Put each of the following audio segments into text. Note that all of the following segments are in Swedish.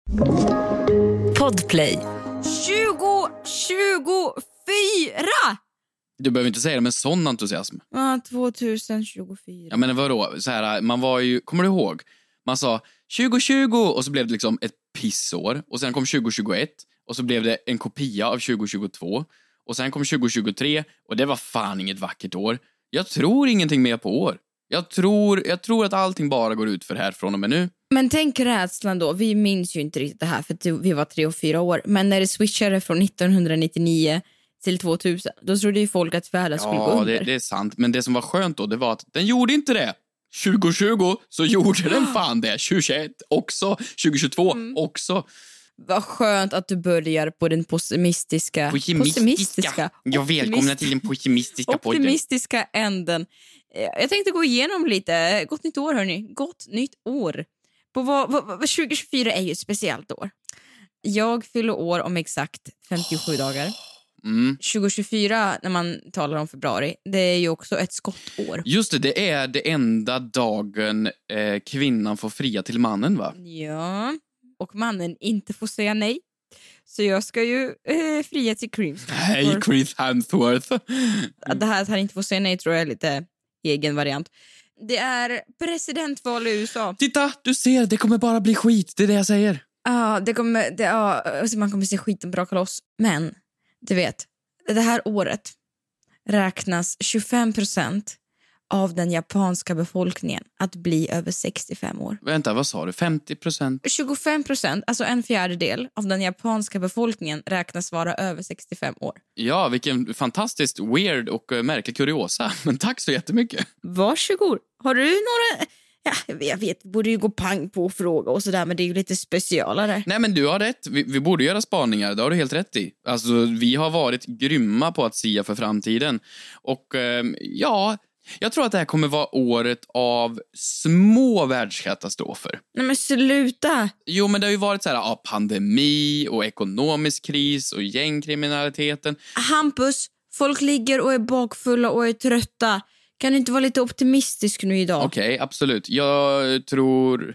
Podplay. 2024! Du behöver inte säga det med sån entusiasm. Ja, 2024. Ja, men vadå? Så här, man var ju, kommer du ihåg? Man sa 2020 och så blev det liksom ett pissår. Och sen kom 2021 och så blev det en kopia av 2022. Och sen kom 2023 och det var fan inget vackert år. Jag tror ingenting mer på år. Jag tror att allting bara går ut för här från och med nu. Men tänk rädslan då. Vi minns ju inte riktigt det här för vi var 3 och 4 år. Men när det switchade från 1999 till 2000, då trodde ju folk att världen skulle gå under. Ja, det är sant. Men det som var skönt då, det var att den gjorde inte det. 2020 så gjorde den fan det. 2021 också. 2022 också. Vad skönt att du börjar på den pessimistiska. Jag välkomnar till den pessimistiska podden. Optimistiska änden. Jag tänkte gå igenom lite. Gott nytt år, hörni. Gott nytt år. 2024 är ju ett speciellt år. Jag fyller år om exakt 57 dagar. 2024, när man talar om februari, det är ju också ett skottår. Just det är det enda dagen kvinnan får fria till mannen, va? Ja, och mannen inte får säga nej. Så jag ska ju fria till Chris. Hej, Chris Hemsworth. Det här att han inte får säga nej tror jag är lite egen variant. Det är presidentval i USA. Titta, du ser, det kommer bara bli skit, det är det jag säger. Ja, man kommer se skiten braka loss. Men, du vet, det här året räknas 25% av den japanska befolkningen att bli över 65 år. Vänta, vad sa du? 50%? 25%, alltså 1/4 av den japanska befolkningen räknas vara över 65 år. Ja, vilken fantastiskt weird och märklig kuriosa. Men tack så jättemycket. Varsågod. Har du några... Ja, jag vet, borde ju gå pang på och fråga och sådär, men det är ju lite specialare. Nej, men du har rätt. Vi borde göra spaningar, det har du helt rätt i. Alltså, vi har varit grymma på att sia för framtiden. Och jag tror att det här kommer vara året av små världskatastrofer. Nej, men sluta! Jo, men det har ju varit så här, pandemi och ekonomisk kris och gängkriminaliteten. Hampus, folk ligger och är bakfulla och är trötta. Kan du inte vara lite optimistisk nu idag? Okej, absolut. Jag tror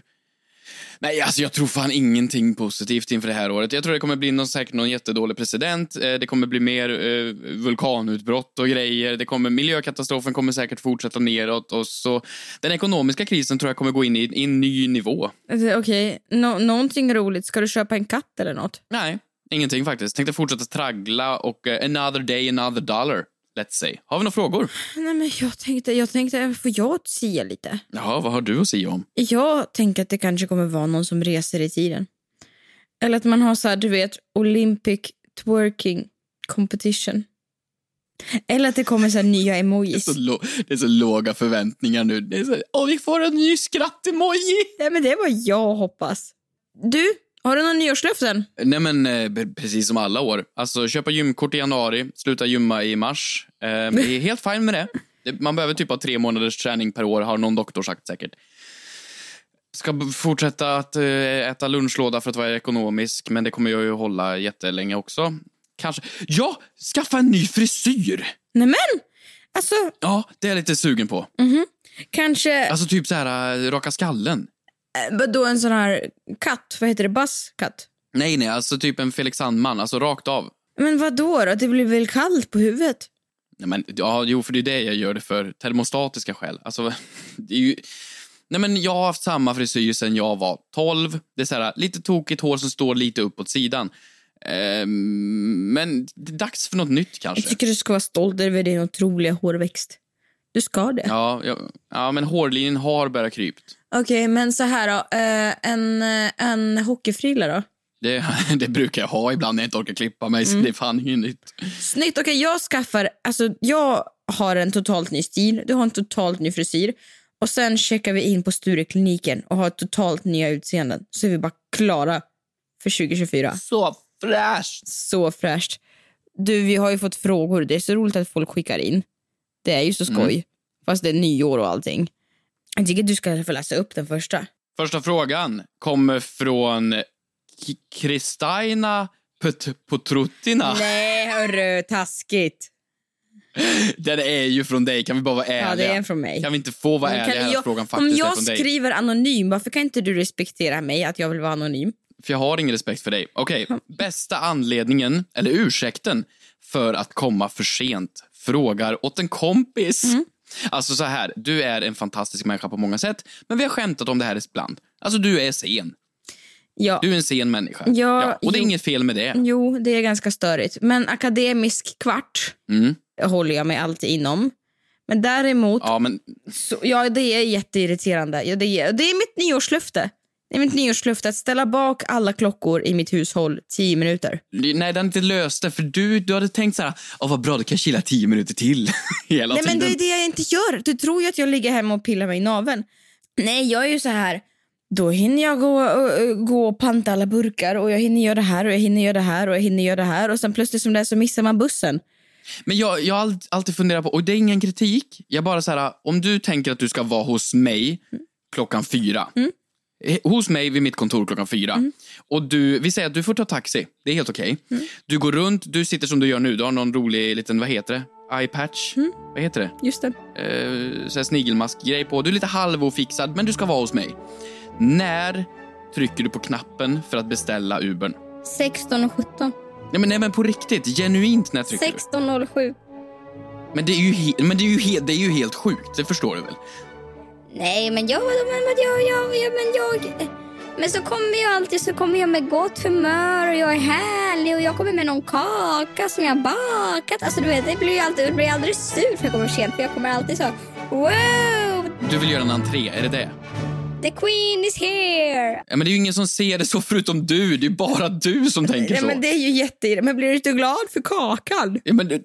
fan ingenting positivt inför det här året. Jag tror det kommer bli säkert någon jättedålig president. Det kommer bli mer vulkanutbrott och grejer. Miljökatastrofen kommer säkert fortsätta neråt. Och så den ekonomiska krisen tror jag kommer gå in i en ny nivå. Okej, någonting roligt. Ska du köpa en katt eller något? Nej, ingenting faktiskt. Tänkte fortsätta traggla och another day, another dollar. Let's say. Har vi några frågor? Nej, men jag tänkte får jag säga lite? Ja, vad har du att säga om? Jag tänker att det kanske kommer vara någon som reser i tiden. Eller att man har så här, du vet, Olympic twerking competition. Eller att det kommer så här nya emojis. Det är så låga förväntningar nu. Det är så, vi får en ny skratt-emoji! Nej, men det är vad jag hoppas. Du, har du någon nyårslöften? Nej, men precis som alla år. Alltså, köpa gymkort i januari, sluta gymma i mars. Det är helt fine med det. Man behöver typ ha 3 månaders träning per år, har någon doktor sagt säkert. Ska fortsätta att äta lunchlåda för att vara ekonomisk, men det kommer jag ju hålla jättelänge också. Kanske. Ja, skaffa en ny frisyr! Nej, men! Alltså... Ja, det är jag lite sugen på. Kanske... Alltså typ så här raka skallen. Då en sån här katt, vad heter det, buzzkatt? Nej, alltså typ en Felix Sandman, alltså rakt av. Men vad då? Det blir väl kallt på huvudet? Nej, men, för det är det jag gör det för termostatiska skäl. Alltså, det är ju... Nej, men jag har haft samma frisyr sedan jag var 12. Det är så här, lite tokigt hår som står lite upp åt sidan. Men det är dags för något nytt kanske. Jag tycker du ska vara stolt över din otroliga hårväxt. Du ska det. Ja, men hårlinjen har börjat krypt. Okej, men så här då. En hockeyfrilla då? Det brukar jag ha ibland när jag inte orkar klippa mig. Så det är fan inget nytt. Snyggt, okej, jag har en totalt ny stil. Du har en totalt ny frisyr. Och sen checkar vi in på Sturekliniken och har totalt nya utseenden. Så är vi bara klara för 2024. Så fräscht. Du, vi har ju fått frågor. Det är så roligt att folk skickar in. Det är ju så skoj. Fast det är nyår och allting. Jag tycker att du ska få läsa upp den första. Första frågan kommer från Kristina Potruttina. Nej, hörru, taskigt. Den är ju från dig, kan vi bara vara ärliga? Ja, det är från mig. Kan vi inte få vara ärliga här frågan faktiskt är från dig? Om jag skriver anonym, varför kan inte du respektera mig att jag vill vara anonym? för jag har ingen respekt för dig. Okej, bästa anledningen, eller ursäkten, för att komma för sent. Frågar åt en kompis. Alltså så här, du är en fantastisk människa på många sätt, men vi har skämtat om det här ibland. Alltså du är sen. Ja. Du är en sen människa. Ja, och det är inget fel med det. Jo, det är ganska störigt. Men akademisk kvart håller jag mig alltid inom. Men däremot, det är jätteirriterande. Ja, det är mitt nyårslöfte. Det är mitt nyårslöfte att ställa bak alla klockor i mitt hushåll 10 minuter. Nej, den inte löste. För du hade tänkt så här, vad bra, du kan chilla 10 minuter till hela tiden. Men det är det jag inte gör. Du tror ju att jag ligger hemma och pillar mig i naveln. Nej, jag är ju så här. Då hinner jag gå och panta alla burkar. Och jag hinner göra det här och jag hinner göra det här och jag hinner göra det här. Och sen plötsligt som det är så missar man bussen. Men jag har alltid funderat på, och det är ingen kritik. Jag bara så här, om du tänker att du ska vara hos mig klockan 4. Hos mig vid mitt kontor klockan 4. Och vi säger att du får ta taxi. Det är helt okej. Du går runt, du sitter som du gör nu. Du har någon rolig liten, vad heter det? Eyepatch. Vad heter det? Just det. Så här snigelmask-grej på. Du är lite halvofixad, men du ska vara hos mig. När trycker du på knappen för att beställa Ubern? 16:17. Nej men på riktigt, genuint när trycker 16:07. Men det är ju helt sjukt, det förstår du väl? Nej, men men så kommer jag med gott humör och jag är härlig och jag kommer med någon kaka som jag har bakat. Alltså du vet, det blir aldrig sur för jag kommer sent, för jag kommer alltid så wow! Du vill göra en entré, är det det? The queen is here! Ja, men det är ju ingen som ser det så förutom du. Det är bara du som tänker så. Men det är ju men blir du inte glad för kakan? Ja, men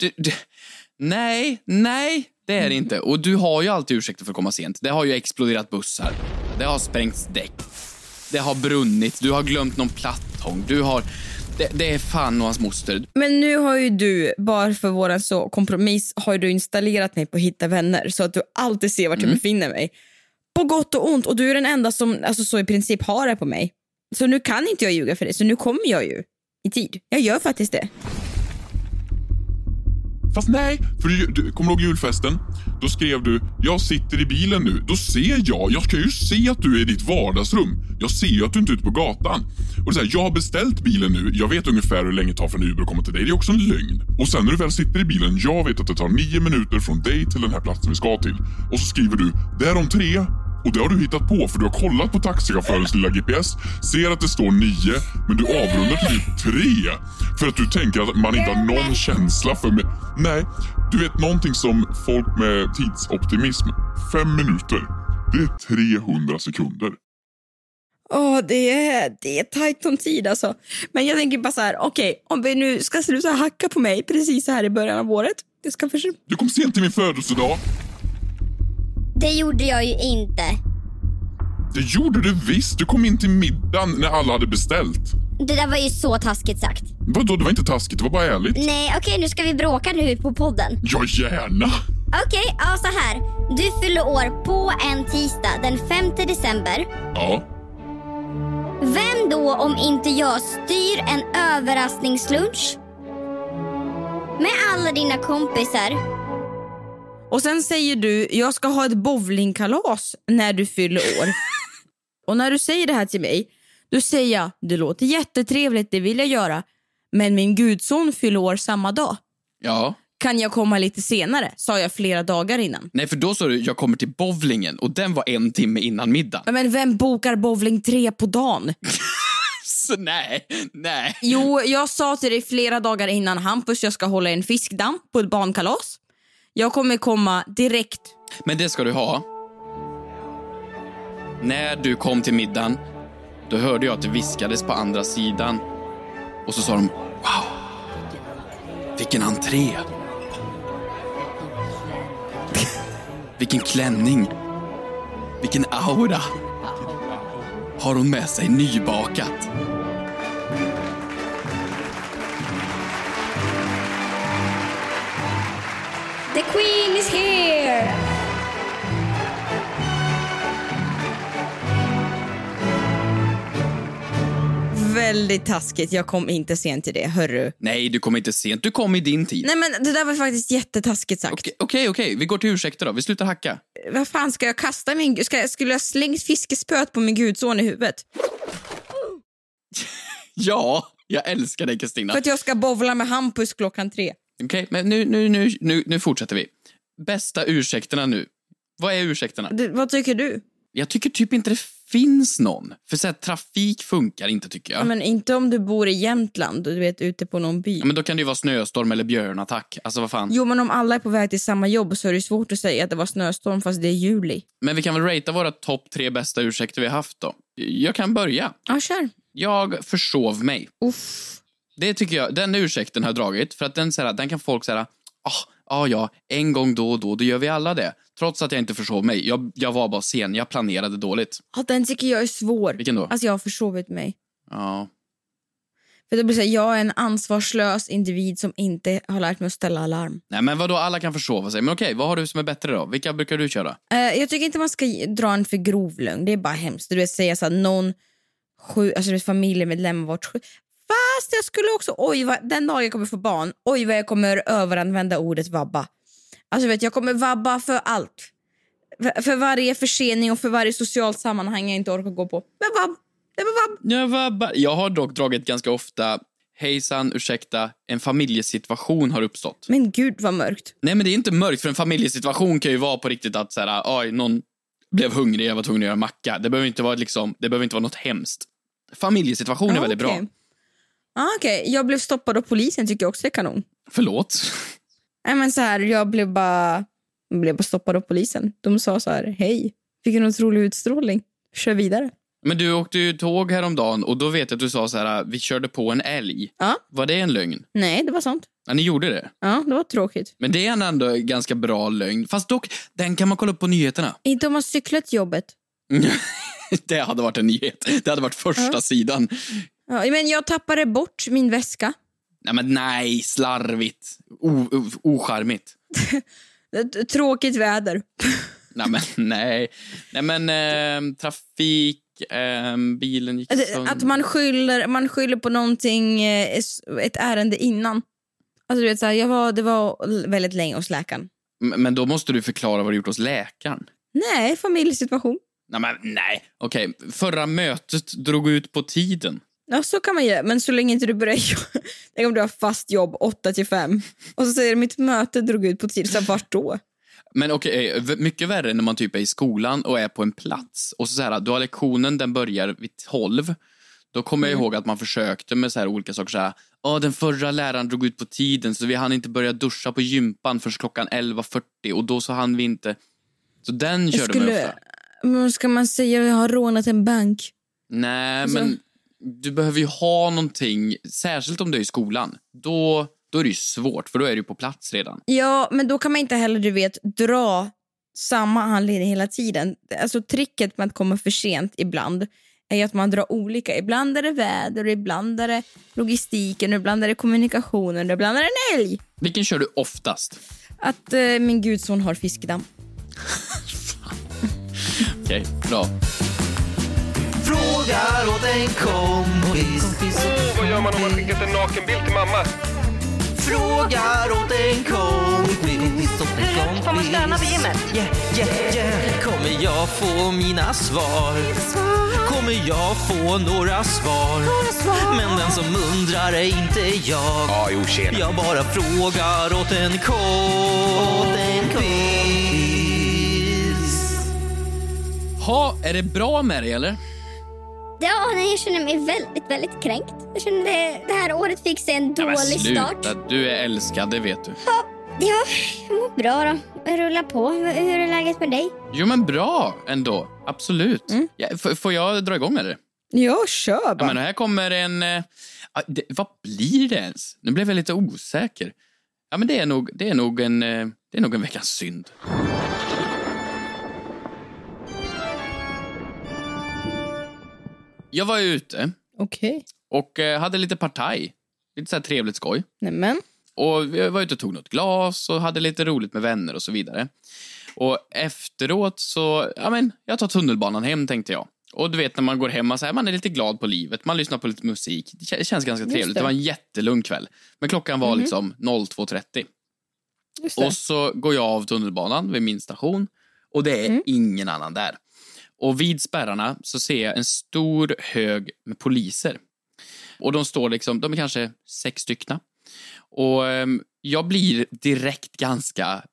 nej, det är det inte. Och du har ju alltid ursäkter för att komma sent. Det har ju exploderat bussar. Det har sprängts däck. Det har brunnit. Du har glömt någon plattång. Det är fan och hans moster. Men nu har ju du, bara för våran så kompromiss, har du installerat mig på Hitta vänner. Så att du alltid ser vart jag befinner mig. På gott och ont. Och du är den enda som alltså, så i princip har det på mig. Så nu kan inte jag ljuga för det. Så nu kommer jag ju i tid. Jag gör faktiskt det. Fast nej, för du kommer ihåg julfesten? Då skrev du, jag sitter i bilen nu. Då ser jag kan ju se att du är i ditt vardagsrum. Jag ser ju att du inte är ute på gatan. Och det är så här, jag har beställt bilen nu. Jag vet ungefär hur länge det tar för en Uber att komma till dig. Det är också en lögn. Och sen när du väl sitter i bilen, jag vet att det tar 9 minuter från dig till den här platsen vi ska till. Och så skriver du, det är om 3. Och det har du hittat på för du har kollat på taxichaufförens lilla GPS, ser att det står 9, men du avrundar till 3 för att du tänker att man inte har någon känsla för mig. Nej, du vet någonting som folk med tidsoptimism, 5 minuter, det är 300 sekunder. Det är tajt om tid alltså. Men jag tänker bara så här, okej, om vi nu ska sluta hacka på mig precis så här i början av året. Du kom sent till min födelsedag. Det gjorde jag ju inte. Det gjorde du visst. Du kom in till middagen när alla hade beställt. Det där var ju så taskigt sagt. Vadå? Det var inte taskigt, det var bara ärligt. Nej, okej, nu ska vi bråka nu på podden. Ja, gärna. Okej, så här. Du fyller år på en tisdag den 5 december. Ja. Vem då om inte jag styr en överraskningslunch med alla dina kompisar? Och sen säger du, jag ska ha ett bowlingkalas när du fyller år. Och när du säger det här till mig, då säger jag, det låter jättetrevligt, det vill jag göra. Men min gudson fyller år samma dag. Ja. Kan jag komma lite senare, sa jag flera dagar innan. Nej, för då sa du, jag kommer till bowlingen. Och den var 1 timme innan middag. Men vem bokar bowling 3 på dagen? Så nej. Jo, jag sa till dig flera dagar innan, Hampus, jag ska hålla en fiskdamm på ett barnkalas. Jag kommer komma direkt. Men det ska du ha. När du kom till middagen, då hörde jag att det viskades på andra sidan. Och så sa de, wow, vilken entré. Vilken klänning. Vilken aura. Har hon med sig nybakat? The queen is here! Väldigt taskigt, jag kom inte sent till det, hörru. Nej, du kom inte sent, du kom i din tid. Nej, men det där var faktiskt jättetaskigt sagt. Okej, vi går till ursäkter då, vi slutar hacka. Vad fan, ska jag kasta skulle jag slängt fiskespöt på min gudson i huvudet? Ja, jag älskar dig, Kristina. För att jag ska bowla med Hampus 3:00. Okej, men nu fortsätter vi. Bästa ursäkterna nu. Vad är ursäkterna? Vad tycker du? Jag tycker typ inte det finns någon. För så här, trafik funkar inte, tycker jag. Ja, men inte om du bor i Jämtland och du vet ute på någon by. Ja, men då kan det ju vara snöstorm eller björnattack. Alltså vad fan. Jo, men om alla är på väg till samma jobb så är det svårt att säga att det var snöstorm fast det är juli. Men vi kan väl ratea våra topp 3 bästa ursäkter vi har haft då. Jag kan börja. Ja, kör. Jag försov mig. Uff. Det tycker jag, den ursäkten har jag dragit. För att den kan folk säga, ja, en gång då och då gör vi alla det. Trots att jag inte försov mig. Jag var bara sen, jag planerade dåligt. Ja, den tycker jag är svår. Vilken då? Alltså jag har försovit mig. Ja. För det blir så här, jag är en ansvarslös individ som inte har lärt mig att ställa alarm. Nej, men vadå, alla kan försova sig. Men okej, vad har du som är bättre då? Vilka brukar du köra? Jag tycker inte man ska dra en för grov lögn. Det är bara hemskt. Du vet, säga så här, alltså familjemedlem varit sjuk. Fast jag skulle också, den dag jag kommer få barn, vad jag kommer överanvända ordet vabba. Alltså vet jag kommer vabba för allt. För varje försening och för varje socialt sammanhang jag inte orkar gå på. Men vabb. Jag har dock dragit ganska ofta, hejsan, ursäkta, en familjesituation har uppstått. Men gud vad mörkt. Nej, men det är inte mörkt, för en familjesituation kan ju vara på riktigt att så här, någon blev hungrig, jag var tvungen att göra macka. Det behöver inte vara något hemskt. Familjesituation är väldigt bra. Okej. Jag blev stoppad av polisen, tycker jag också är kanon. Förlåt? Nej, men så här, jag blev bara stoppad av polisen. De sa så här, hej, fick en otrolig utstrålning. Kör vidare. Men du åkte ju tåg häromdagen och då vet jag att du sa så här, vi körde på en älg. Ja. Var det en lögn? Nej, det var sant. Ja, ni gjorde det? Ja, det var tråkigt. Men det är en ändå ganska bra lögn. Fast dock, den kan man kolla upp på nyheterna. Inte om man cyklat till jobbet. Det hade varit en nyhet. Det hade varit första sidan. Ja, men jag tappade bort min väska. Nej, slarvigt. Ocharmigt. Tråkigt väder. Nej, trafik, bilen gick sönder. Att man skyller på någonting, ett ärende innan. Alltså du vet så här, det var väldigt länge hos läkaren. Men då måste du förklara vad du gjort hos läkaren. Nej, familjesituation. Nej. Okej, förra mötet drog ut på tiden. Ja, så kan man göra, men så länge inte du börjar tänk om du har fast jobb 8-5 och så säger mitt möte drog ut på tiden, så vart då? Men okej, mycket värre när man typ är i skolan och är på en plats och så här, du har lektionen, den börjar vid 12. Då kommer jag ihåg att man försökte med så här olika saker så här, den förra läraren drog ut på tiden så vi hann inte börja duscha på gympan först klockan 11:40 och då så hann vi inte. Så den körde man ofta. Men ska man säga att jag har rånat en bank? Nej, men du behöver ju ha någonting, särskilt om du är i skolan. Då är det ju svårt, för då är du ju på plats redan. Ja, men då kan man inte heller, du vet, dra samma anledning hela tiden. Alltså tricket med att komma för sent ibland är att man drar olika. Ibland är det väder, ibland är det logistiken, ibland är det kommunikationen, ibland är det en älg. Vilken kör du oftast? Att min gudson har fiskedamm. Okej, bra. Frågar åt en kompis. Vad gör man om man skickat en nakenbild till mamma? Frågar åt en kompis. Hur högt får man stöna vid gymmet? Yeah. Kommer jag få mina svar? Kommer jag få några svar? Men den som undrar är inte jag. Jag bara frågar åt en kompis. Är det bra med dig, eller? Ja, jag känner mig väldigt, väldigt kränkt. Jag känner det här året fick sig en dålig start. Du är älskad, det vet du. Ja, jag mår bra då. Jag rullar på. Hur är läget med dig? Jo, men bra ändå. Absolut. Ja, får jag dra igång, eller? Ja, kör bara. Ja, men här kommer en... vad blir det ens? Nu blev jag lite osäker. Ja, men det är nog en veckans synd. Jag var ute. Okej. Och hade lite partaj. Lite så här trevligt skoj. Nämen. Och jag var ute och tog något glas och hade lite roligt med vänner och så vidare. Och efteråt så, jag tar tunnelbanan hem, tänkte jag. Och du vet, när man går hem, man är lite glad på livet. Man lyssnar på lite musik. Det känns ganska trevligt. Det var en jättelugn kväll. Men klockan var liksom 02:30. Och så går jag av tunnelbanan vid min station. Och det är ingen annan där. Och vid spärrarna så ser jag en stor hög med poliser. Och de står liksom, de är kanske 6 stycken. Och jag blir direkt ganska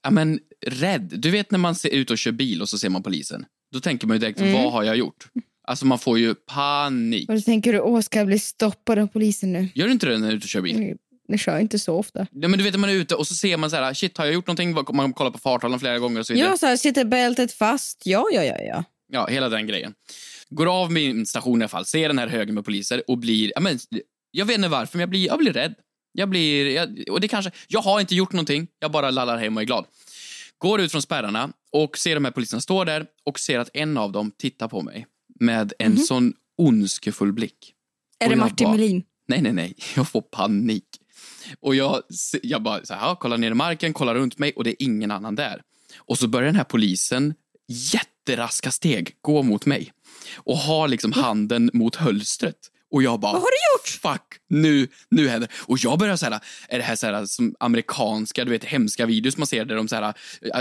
rädd. Du vet när man ser ut och kör bil och så ser man polisen. Då tänker man ju direkt, vad har jag gjort? Alltså man får ju panik. Och då tänker du, ska jag bli stoppad av polisen nu? Gör du inte det när du är ute och kör bil? Det kör jag inte så ofta. Ja, men du vet när man är ute och så ser man så här, shit, har jag gjort någonting? Man kollar på farthållaren flera gånger och så vidare. Ja, så här, sitter bältet fast. Ja. Ja, hela den grejen. Går av min station i alla fall, ser den här högen med poliser och blir, jag vet inte varför, men jag blir rädd. Och det kanske, jag har inte gjort någonting, jag bara lallar hem och är glad. Går ut från spärrarna och ser de här poliserna stå där och ser att en av dem tittar på mig med en sån ondskefull blick. Är det Martin Melin? Nej, jag får panik. Och jag bara så här, kollar ner i marken, kollar runt mig och det är ingen annan där. Och så börjar den här polisen jätteraska steg gå mot mig och har liksom handen mot hölstret. Och jag bara, vad har du gjort? Fuck, nu händer. Och jag börjar så här, är det här så här som amerikanska, du vet, hemska videos man ser där de så här,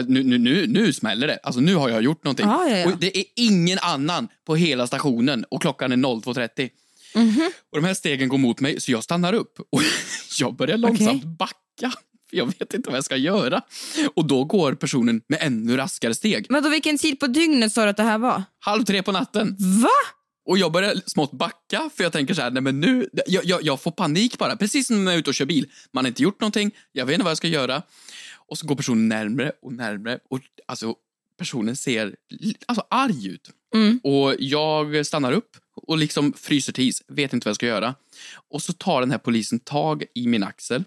nu smäller det. Alltså nu har jag gjort någonting. Ja. Och det är ingen annan på hela stationen och klockan är 02:30. Och de här stegen går mot mig så jag stannar upp och jag börjar långsamt backa. Jag vet inte vad jag ska göra. Och då går personen med ännu raskare steg. Men då vilken tid på dygnet sa du att det här var? 2:30 på natten. Va? Och jag börjar smått backa för jag tänker så här, nej men nu, jag får panik bara. Precis som när jag är ute och kör bil. Man har inte gjort någonting, jag vet inte vad jag ska göra. Och så går personen närmare och närmare. Och alltså personen ser arg ut. Och jag stannar upp och liksom fryser till is, vet inte vad jag ska göra. Och så tar den här polisen tag i min axel.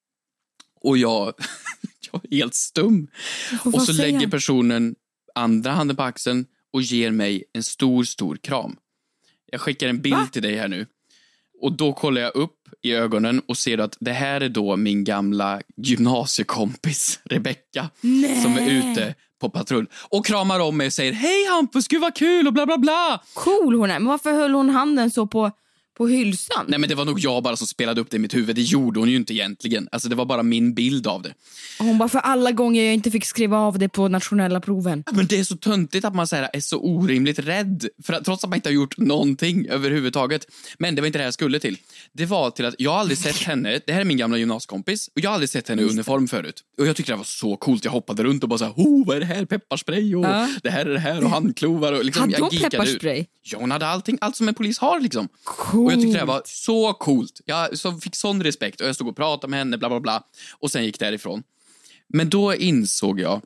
Och jag är helt stum. Och så lägger personen andra handen på axeln och ger mig en stor kram. Jag skickar en bild till dig här nu. Och då kollar jag upp i ögonen och ser att det här är då min gamla gymnasiekompis Rebecca. Som är ute på patrull. Och kramar om mig och säger, hej Hampus, gud vad kul och bla bla bla. Cool hon är, men varför höll hon handen så på hylsan? Nej, men det var nog jag bara som spelade upp det i mitt huvud. Det gjorde hon ju inte egentligen. Alltså det var bara min bild av det. Hon bara, för alla gånger jag inte fick skriva av det på nationella proven. Ja, men det är så töntigt att man är så orimligt rädd. Trots att man inte har gjort någonting överhuvudtaget. Men det var inte det jag skulle till. Det var till att jag aldrig sett henne. Det här är min gamla gymnasiekompis. Och jag har aldrig sett henne i uniform förut. Och jag tyckte det var så coolt. Jag hoppade runt och bara så här, vad är det här? Pepparspray och det här och handklovar. Och liksom, hade hon pepparspray? Ja, hon hade allt som en polis har liksom. Cool. Och jag tyckte det var så coolt. Jag fick sån respekt och jag stod och pratade med henne, bla bla bla. Och sen gick därifrån. Men då insåg jag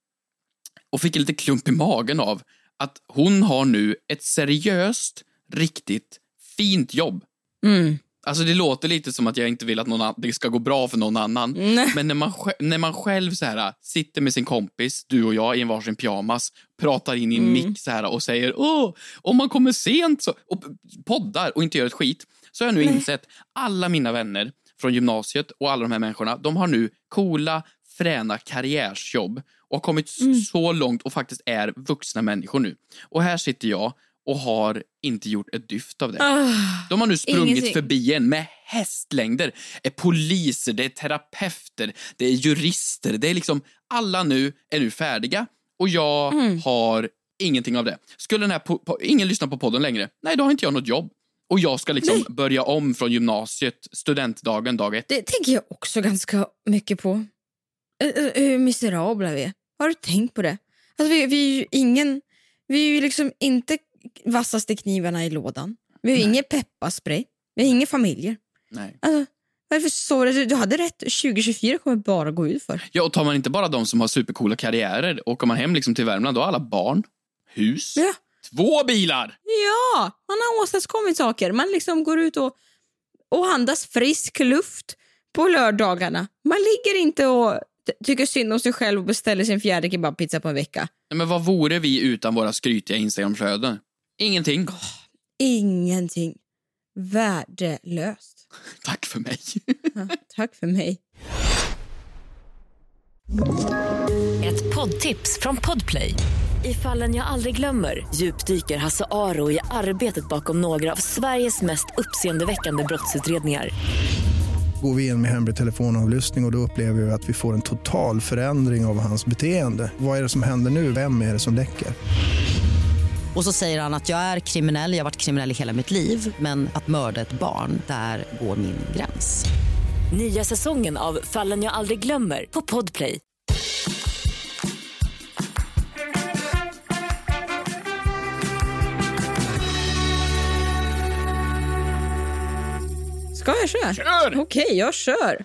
och fick en lite klump i magen av att hon har nu ett seriöst, riktigt fint jobb. Alltså det låter lite som att jag inte vill att det ska gå bra för någon annan. Men när man själv så här sitter med sin kompis, du och jag i en varsin pyjamas, pratar in i en mick så här och säger, om man kommer sent så, och poddar och inte gör ett skit, så har jag nu insett alla mina vänner från gymnasiet och alla de här människorna, de har nu coola, fräna karriärsjobb och har kommit så långt och faktiskt är vuxna människor nu. Och här sitter jag och har inte gjort ett dyft av det. De har nu sprungit förbi en med hästlängder. Det är poliser, det är terapeuter, det är jurister. Det är liksom, alla nu är nu färdiga. Och jag har ingenting av det. Skulle den här ingen lyssna på podden längre? Nej, då har inte jag något jobb. Och jag ska liksom börja om från gymnasiet, studentdagen, dag 1. Det tänker jag också ganska mycket på. Hur miserabla vi är. Har du tänkt på det? Alltså vi är ju liksom inte vassaste knivarna i lådan. Vi har ingen pepparspray. Vi har inga familjer. Nej. Alltså, varför så du hade rätt. 2024 kommer bara gå ut för. Ja, och tar man inte bara de som har supercoola karriärer, åker man hem liksom till Värmland, då har alla barn, hus, 2 bilar. Ja, man har åstadkommit saker. Man liksom går ut och andas frisk luft på lördagarna. Man ligger inte och tycker synd om sig själv och beställer sin 4:e kebabpizza på en vecka. Men vad vore vi utan våra skrytiga Instagram-flöden? Ingenting. Ingenting. Värdelöst. Tack för mig. Ja, tack för mig. Ett poddtips från Podplay. I Fallen jag aldrig glömmer djupdyker Hasse Aro i arbetet bakom några av Sveriges mest uppseendeväckande brottsutredningar. Går vi in med hemlig telefonavlyssning och då upplever vi att vi får en total förändring av hans beteende. Vad är det som händer nu? Vem är det som läcker? Och så säger han att jag är kriminell, jag har varit kriminell i hela mitt liv. Men att mörda ett barn, där går min gräns. Nya säsongen av Fallen jag aldrig glömmer på Podplay. Ska jag köra? Kör! Okej, jag kör.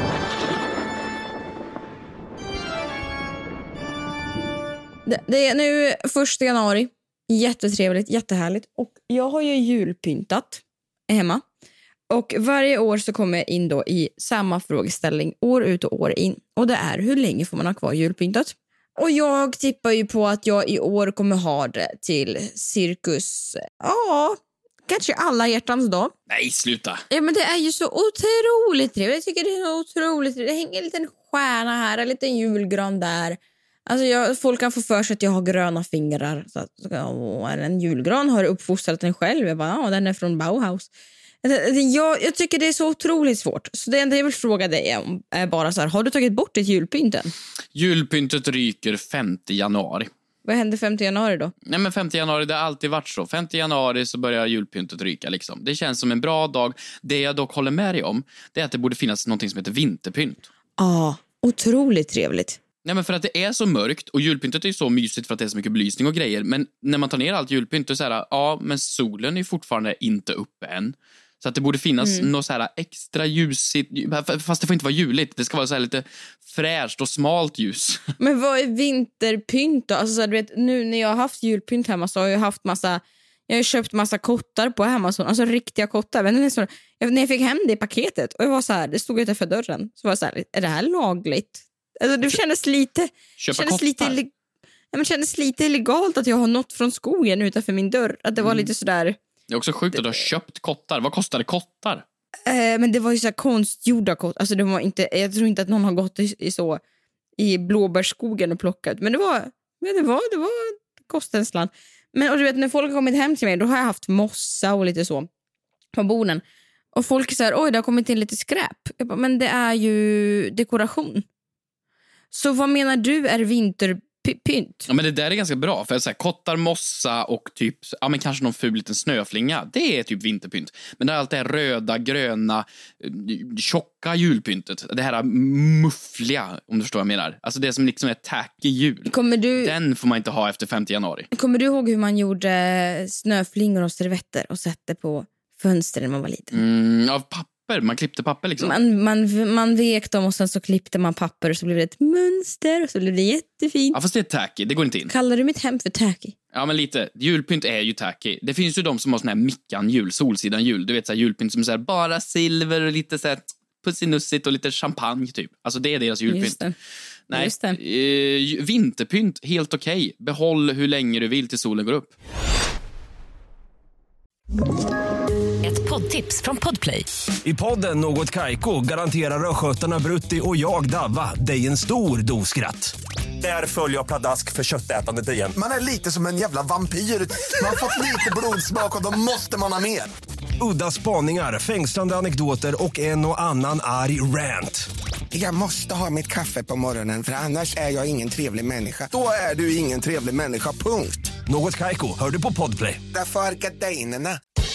Det är nu 1 januari. Jättetrevligt, jättehärligt. Och jag har ju julpyntat hemma. Och varje år så kommer jag in då i samma frågeställning år ut och år in. Och det är, hur länge får man ha kvar julpyntat? Och jag tippar ju på att jag i år kommer ha det till cirkus, kanske alla hjärtans dag. Nej, sluta. Ja, men det är ju så otroligt trevligt. Jag tycker det är så otroligt trevligt. Det hänger en liten stjärna här, en liten julgran där. Alltså folk kan få för sig att jag har gröna fingrar. Så att, en julgran har uppfostrat den själv. Jag bara, den är från Bauhaus. Jag tycker det är så otroligt svårt. Så det enda jag vill fråga dig om är bara så här, har du tagit bort ditt julpynten? Julpyntet ryker 5 januari. Vad händer 5 januari då? Nej, men 5 januari, det har alltid varit så. 5 januari så börjar julpyntet ryka liksom. Det känns som en bra dag. Det jag dock håller med dig om, det är att det borde finnas något som heter vinterpynt. Ja, otroligt trevligt. Nej, men för att det är så mörkt och julpyntet är ju så mysigt för att det är så mycket belysning och grejer. Men när man tar ner allt julpynt och så här, men solen är fortfarande inte uppe än. Så att det borde finnas något så här extra ljusigt, fast det får inte vara juligt. Det ska vara så här lite fräscht och smalt ljus. Men vad är vinterpynt då? Alltså så här, du vet, nu när jag har haft julpynt hemma så har jag haft jag har köpt massa kottar på Amazon, alltså riktiga kottar. Men när jag fick hem det i paketet och jag var så här, det stod utanför dörren, så var jag så här, är det här lagligt? Alltså det kändes lite kändes lite illegalt att jag har något från skogen utanför min dörr. Att det var lite sådär. Det är också sjukt att du har köpt kottar. Vad kostade kottar? Men det var ju så här konstgjorda kottar. Alltså det var inte, jag tror inte att någon har gått i blåbärsskogen och plockat. Men det var kostade en slant. Men och du vet, när folk har kommit hem till mig, då har jag haft mossa och lite så på borden. Och folk säger, oj, det har kommit in lite skräp. Jag bara, men det är ju dekoration. Så vad menar du är vinterpynt? Ja, men det där är ganska bra. För att säga, kottar, mossa och typ, men kanske någon ful liten snöflinga. Det är typ vinterpynt. Men det är allt det här röda, gröna, tjocka julpyntet. Det här muffliga, om du förstår vad jag menar. Alltså det som liksom är tacky jul. Den får man inte ha efter 5 januari. Kommer du ihåg hur man gjorde snöflingor och servetter och satte på fönstren när man var liten? Av papper. Man klippte papper liksom. Man vek dem och sen så klippte man papper och så blev det ett mönster och så blev det jättefint. Ja, fast det är tacky, det går inte in. Kallar du mitt hem för tacky? Ja, men lite. Julpynt är ju tacky. Det finns ju de som har sån här mickan-jul, solsidan-jul. Du vet så här julpynt som är så här, bara silver och lite så här pussinussigt och lite champagne typ. Alltså det är deras julpynt. Just det. Nej, Just det. Vinterpynt, helt okej. Behåll hur länge du vill till solen går upp. Ett poddtips från Podplay. I podden Något Kaiko garanterar röskötarna Brutti och jag Davva dig en stor doskratt. Där följer jag pladask för köttätandet igen. Man är lite som en jävla vampyr. Man har fått lite blodsmak och då måste man ha mer. Udda spaningar, fängslande anekdoter och en och annan arg rant. Jag måste ha mitt kaffe på morgonen för annars är jag ingen trevlig människa. Då är du ingen trevlig människa, punkt. Något Kaiko, hör du på Podplay. Därför är gardinerna.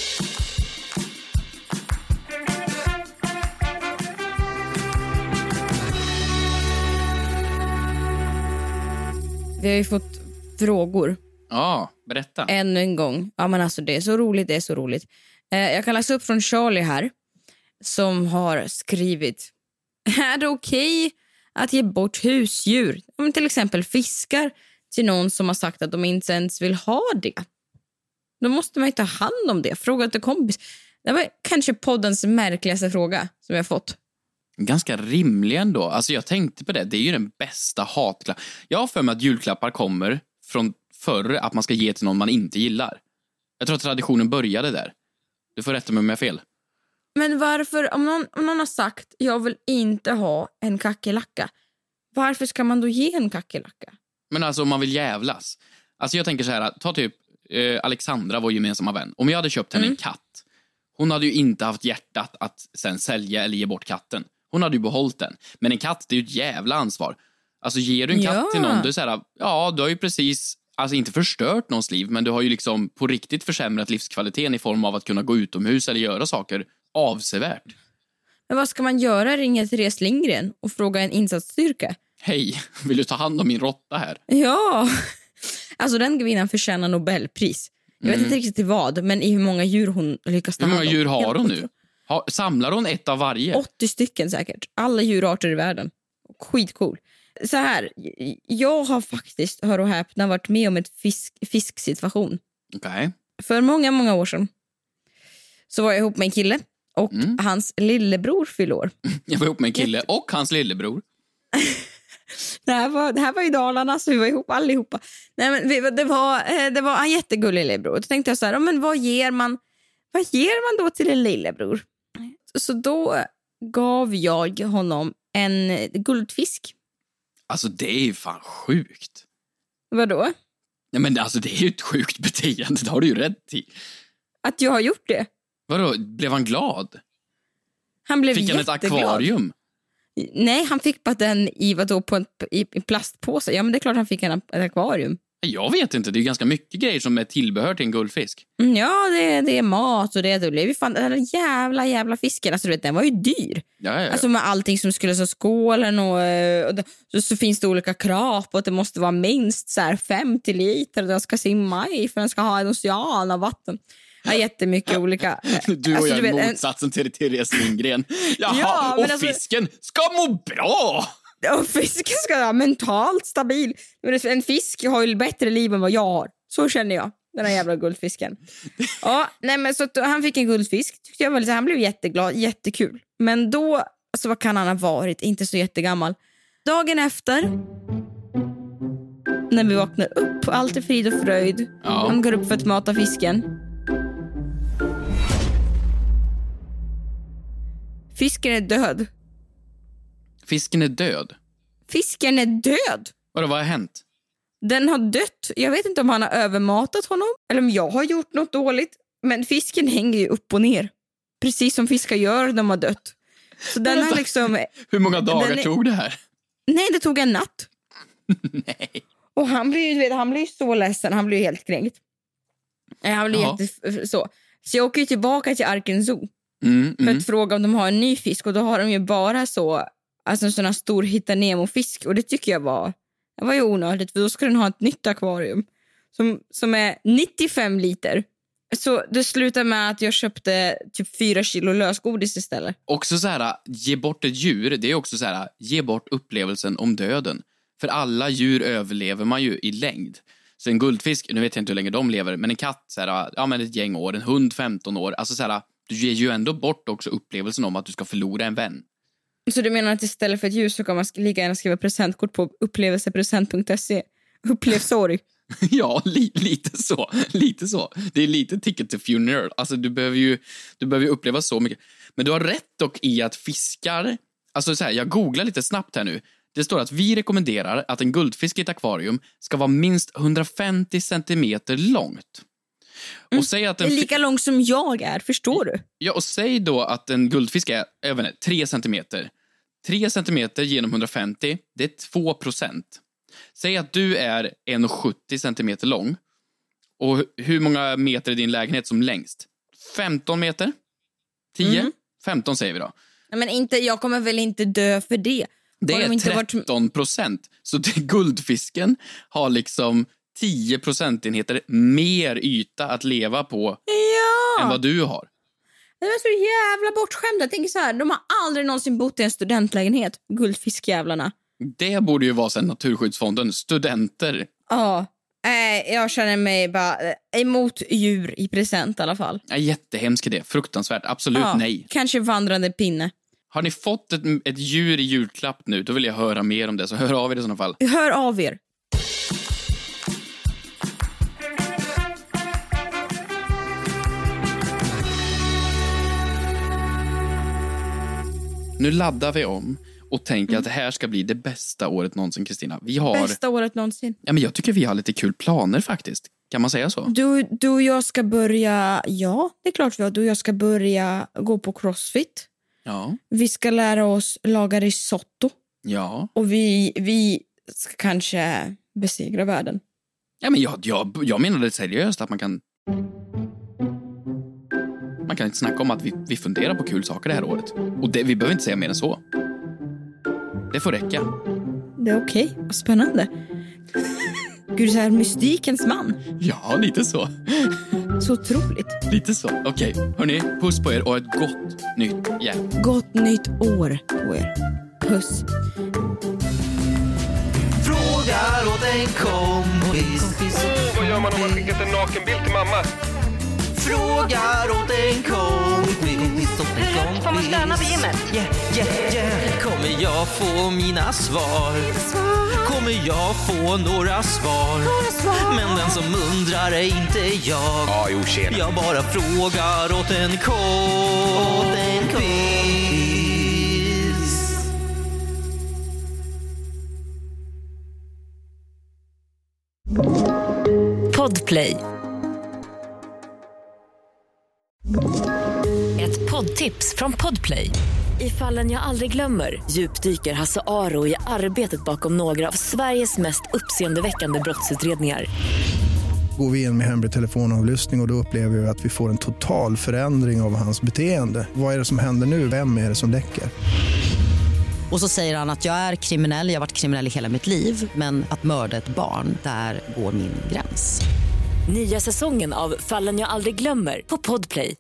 Vi har ju fått frågor. Ja, berätta. Ännu en gång. Ja, men alltså det är så roligt, det är så roligt. Jag kan läsa upp från Charlie här. Som har skrivit. Är det okej att ge bort husdjur? Om till exempel fiskar till någon som har sagt att de inte ens vill ha det. Då måste man ju ta hand om det. Fråga till kompis. Det var kanske poddens märkligaste fråga som jag fått. Ganska rimlig ändå. Alltså jag tänkte på det. Det är ju den bästa hatklapp. Jag har för mig att julklappar kommer från förr att man ska ge till någon man inte gillar. Jag tror att traditionen började där. Du får rätta mig om jag är fel. Men varför, om någon har sagt jag vill inte ha en kackerlacka, varför ska man då ge en kackerlacka? Men alltså om man vill jävlas. Alltså jag tänker så här, ta typ Alexandra, vår gemensamma vän. Om jag hade köpt henne en katt, hon hade ju inte haft hjärtat att sen sälja eller ge bort katten. Hon hade ju behållit den. Men en katt, det är ju ett jävla ansvar. Alltså ger du en katt till någon, du är så här, ja, du har ju precis alltså inte förstört någons liv, men du har ju liksom på riktigt försämrat livskvaliteten i form av att kunna gå utomhus eller göra saker avsevärt. Men vad ska man göra? Ringa Therese Lindgren och fråga en insatsstyrka? Hej, vill du ta hand om min råtta här? Ja, alltså den kvinnan förtjänar Nobelpris. Jag vet inte riktigt till vad, men i hur många djur hon lyckas ta hand om. Hur många djur har hon nu? Samlar hon ett av varje? 80 stycken säkert. Alla djurarter i världen. Skitcool. Så här, jag har faktiskt, hör och häpna, varit med om ett fisksituation. Okej. För många, många år sedan så var jag ihop med en kille och hans lillebror fyllde år. Jag var ihop med en kille och hans lillebror. Det här var i Dalarna, så vi var ihop allihopa. Nej, men det var en jättegullig lillebror. Då tänkte jag så här, men vad ger man då till en lillebror? Så då gav jag honom en guldfisk. Alltså det är ju fan sjukt. Vadå? Nej men alltså det är ju ett sjukt beteende, det har du ju rätt i. Att jag har gjort det? Vadå, blev han glad? Han blev Fick han jätteglad. ett akvarium? Nej, han fick bara den i plastpåse. Ja, men det är klart han fick ett akvarium. Jag vet inte, det är ganska mycket grejer som är tillbehör till en guldfisk. Ja, det är mat och det blev ju fan den här jävla fisken. Alltså du vet, den var ju dyr. Ja. Alltså med allting som skulle så skålen och så finns det olika krav på att det måste vara minst så här 50 liter och den ska simma i för den ska ha en ocean av vatten. Ja, jättemycket olika. Du och jag är motsatsen till Therese Lindgren. Jaha, och alltså, fisken ska må bra! Och fisken ska vara mentalt stabil. En fisk har ju bättre liv än vad jag har. Så känner jag, den här jävla guldfisken. Ja, nej men så han fick en guldfisk. Tyckte jag var lite, han blev jätteglad, jättekul. Men då, alltså vad kan han ha varit? Inte så jättegammal. Dagen efter, när vi vaknar upp, allt är frid och fröjd. Ja. Han går upp för att mata fisken. Fisken är död. Fisken är död? Fisken är död. Vad har hänt? Den har dött. Jag vet inte om han har övermatat honom eller om jag har gjort något dåligt. Men fisken hänger ju upp och ner. Precis som fiskar gör när de har dött. Så den har liksom... Hur många dagar tog det här? Nej, det tog en natt. Nej. Och han blir ju så ledsen. Han blir ju helt kränkt. Han blir så jag åker ju tillbaka till Arken Zoo. För att fråga om de har en ny fisk. Och då har de ju bara så... Alltså en sån här stor Hitta Nemo-fisk. Och det tycker jag var ju onödigt. För då ska den ha ett nytt akvarium. Som är 95 liter. Så det slutar med att jag köpte typ 4 kilo lösgodis istället. Också så här, ge bort ett djur. Det är också så här, ge bort upplevelsen om döden. För alla djur överlever man ju i längd. Så en guldfisk, nu vet jag inte hur länge de lever. Men en katt, så här, ja men ett gäng år. En hund 15 år. Alltså så här, du ger ju ändå bort också upplevelsen om att du ska förlora en vän. Så du menar att istället för ett djur så kan man lika gärna skriva presentkort på upplevelsepresent.se? Upplevsorg. Ja, lite så. Det är lite ticket to funeral. Alltså du behöver ju uppleva så mycket. Men du har rätt dock i att fiskar... Alltså så här, jag googlar lite snabbt här nu. Det står att vi rekommenderar att en guldfisk i ett akvarium ska vara minst 150 centimeter långt. Och säg att det är lika lång som jag är, förstår du? Ja, och säg då att en guldfisk är 3 centimeter. 3 centimeter genom 150, det är 2%. Säg att du är 1,70 centimeter lång. Och hur många meter är din lägenhet som längst? 15 meter? 10? 15 säger vi då. Men inte, jag kommer väl inte dö för det. Det är 13%. Så guldfisken har liksom 10 procentenheter mer yta att leva på än vad du har. Det är så jävla bortskämda. Jag tänker så här, de har aldrig någonsin bott i en studentlägenhet. Guldfiskjävlarna. Det borde ju vara sen Naturskyddsfonden. Studenter. Ja, jag känner mig bara emot djur i present i alla fall. Jättehemskt det. Fruktansvärt. Absolut nej. Kanske vandrande pinne. Har ni fått ett djur i julklapp nu? Då vill jag höra mer om det. Så hör av er i sådana fall. Hör av er. Nu laddar vi om och tänker att det här ska bli det bästa året någonsin, Kristina. Bästa året någonsin. Ja, men jag tycker vi har lite kul planer faktiskt. Kan man säga så? Du och jag ska börja... Ja, det är klart vi har. Du och jag ska börja gå på CrossFit. Ja. Vi ska lära oss laga risotto. Ja. Och vi ska kanske besegra världen. Ja, men jag menade seriöst att man kan inte snacka om att vi funderar på kul saker det här året. Och vi behöver inte säga mer än så. Det får räcka. Det är okej. Vad spännande. Gud, så här mystikens man. Ja, lite så. Så otroligt. Lite så. Okej, hörni, puss på er och ett gott nytt år. Gott nytt år på er. Puss. Frågar åt en kompis. Vad gör man om man skickat en nakenbild till mamma? Frågar åt en kompis. Hur får man stöna på gymmet? Kommer jag få mina svar? Kommer jag få några svar? Men den som undrar är inte jag. Jag bara frågar åt en kompis. Podplay. Ett poddtips från Podplay. I Fallen jag aldrig glömmer djupdyker Hasse Aro i arbetet bakom några av Sveriges mest uppseendeväckande brottsutredningar. Går vi in med hemlig telefonavlyssning och då upplever vi att vi får en total förändring av hans beteende. Vad är det som händer nu? Vem är det som läcker? Och så säger han att jag är kriminell, jag har varit kriminell i hela mitt liv. Men att mörda ett barn, där går min gräns. Nya säsongen av Fallen jag aldrig glömmer på Podplay.